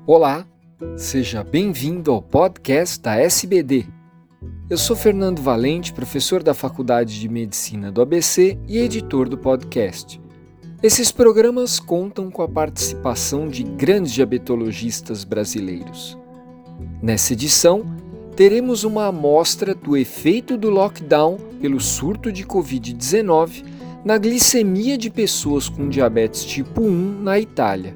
Olá, seja bem-vindo ao podcast da SBD. Eu sou Fernando Valente, professor da Faculdade de Medicina do ABC e editor do podcast. Esses programas contam com a participação de grandes diabetologistas brasileiros. Nessa edição, teremos uma amostra do efeito do lockdown pelo surto de Covid-19 na glicemia de pessoas com diabetes tipo 1 na Itália.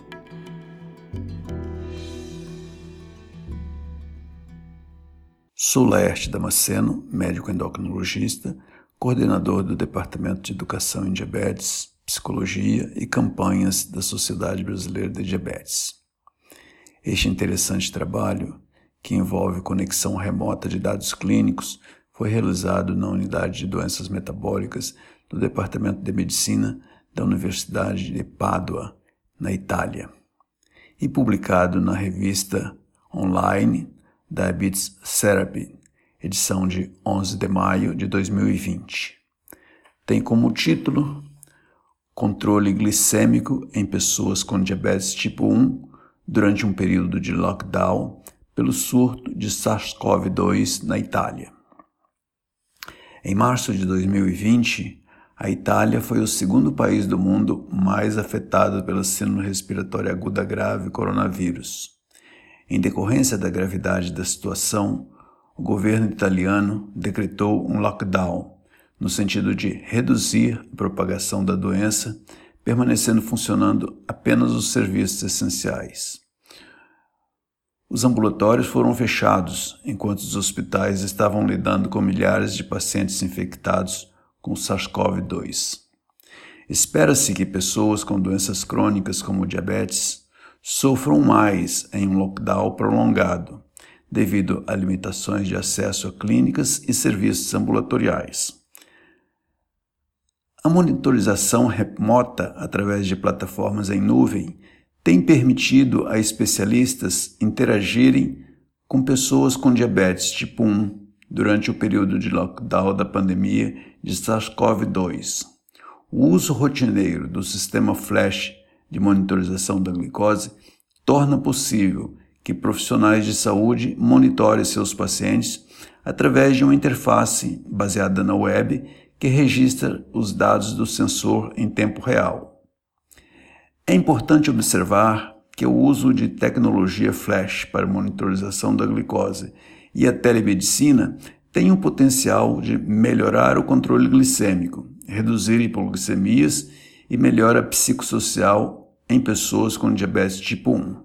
Sou Laerte Damasceno, médico endocrinologista, coordenador do Departamento de Educação em Diabetes, Psicologia e Campanhas da Sociedade Brasileira de Diabetes. Este interessante trabalho, que envolve conexão remota de dados clínicos, foi realizado na Unidade de Doenças Metabólicas do Departamento de Medicina da Universidade de Pádua, na Itália, e publicado na revista online Diabetes Therapy, edição de 11 de maio de 2020. Tem como título Controle glicêmico em pessoas com diabetes tipo 1 durante um período de lockdown pelo surto de SARS-CoV-2 na Itália. Em março de 2020, a Itália foi o segundo país do mundo mais afetado pela síndrome respiratória aguda grave coronavírus. Em decorrência da gravidade da situação, o governo italiano decretou um lockdown, no sentido de reduzir a propagação da doença, permanecendo funcionando apenas os serviços essenciais. Os ambulatórios foram fechados, enquanto os hospitais estavam lidando com milhares de pacientes infectados com SARS-CoV-2. Espera-se que pessoas com doenças crônicas como diabetes sofram mais em um lockdown prolongado, devido a limitações de acesso a clínicas e serviços ambulatoriais. A monitorização remota através de plataformas em nuvem tem permitido a especialistas interagirem com pessoas com diabetes tipo 1 durante o período de lockdown da pandemia de SARS-CoV-2. O uso rotineiro do sistema flash de monitorização da glicose torna possível que profissionais de saúde monitorem seus pacientes através de uma interface baseada na web que registra os dados do sensor em tempo real. É importante observar que o uso de tecnologia flash para monitorização da glicose e a telemedicina tem o potencial de melhorar o controle glicêmico, reduzir hipoglicemias e melhora psicossocial em pessoas com diabetes tipo 1.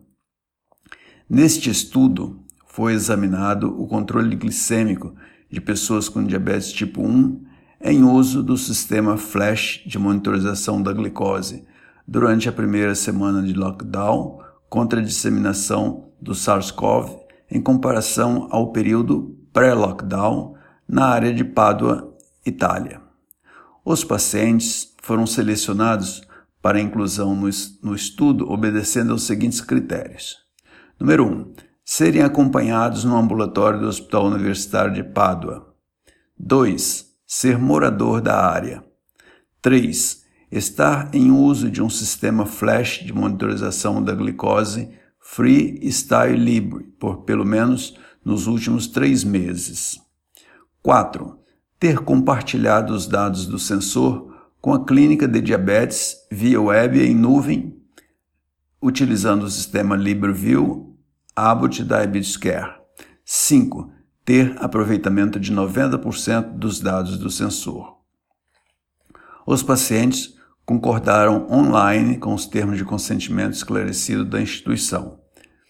Neste estudo, foi examinado o controle glicêmico de pessoas com diabetes tipo 1 em uso do sistema flash de monitorização da glicose durante a primeira semana de lockdown contra a disseminação do SARS-CoV em comparação ao período pré-lockdown na área de Pádua, Itália. Os pacientes foram selecionados para a inclusão no estudo obedecendo aos seguintes critérios. Número 1. Serem acompanhados no ambulatório do Hospital Universitário de Pádua. 2. Ser morador da área. 3. Estar em uso de um sistema flash de monitorização da glicose Freestyle Libre por pelo menos nos últimos 3 meses. 4. Ter compartilhado os dados do sensor com a clínica de diabetes via web em nuvem, utilizando o sistema LibreView Abbott Diabetes Care. 5. Ter aproveitamento de 90% dos dados do sensor. Os pacientes concordaram online com os termos de consentimento esclarecido da instituição.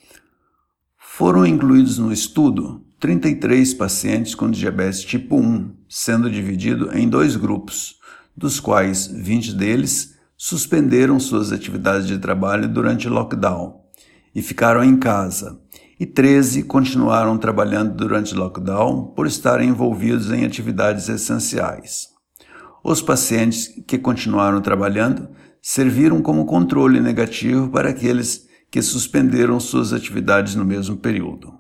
Foram incluídos no estudo 33 pacientes com diabetes tipo 1, sendo dividido em 2 grupos, dos quais 20 deles suspenderam suas atividades de trabalho durante o lockdown e ficaram em casa, e 13 continuaram trabalhando durante o lockdown por estarem envolvidos em atividades essenciais. Os pacientes que continuaram trabalhando serviram como controle negativo para aqueles que suspenderam suas atividades no mesmo período.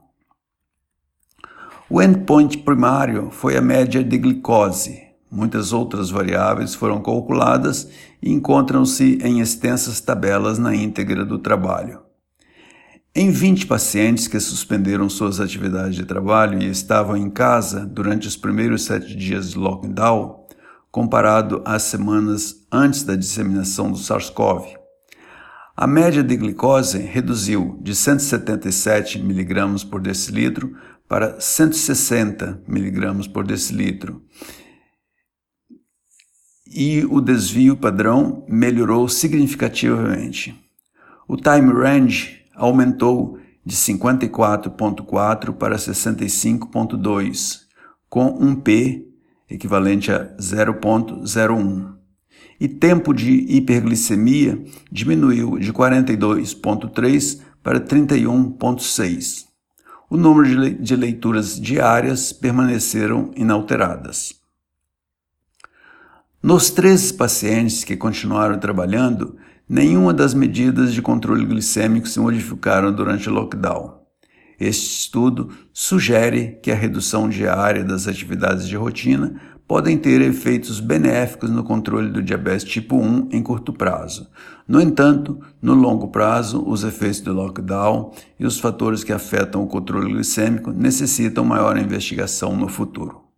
O endpoint primário foi a média de glicose. Muitas outras variáveis foram calculadas e encontram-se em extensas tabelas na íntegra do trabalho. Em 20 pacientes que suspenderam suas atividades de trabalho e estavam em casa durante os primeiros 7 dias de lockdown, comparado às semanas antes da disseminação do SARS-CoV, a média de glicose reduziu de 177 mg por decilitro para 160 mg por decilitro. E o desvio padrão melhorou significativamente. O time range aumentou de 54,4 para 65,2, com um P equivalente a 0,01. E tempo de hiperglicemia diminuiu de 42,3 para 31,6. O número de leituras diárias permaneceram inalteradas. Nos 13 pacientes que continuaram trabalhando, nenhuma das medidas de controle glicêmico se modificaram durante o lockdown. Este estudo sugere que a redução diária das atividades de rotina podem ter efeitos benéficos no controle do diabetes tipo 1 em curto prazo. No entanto, no longo prazo, os efeitos do lockdown e os fatores que afetam o controle glicêmico necessitam maior investigação no futuro.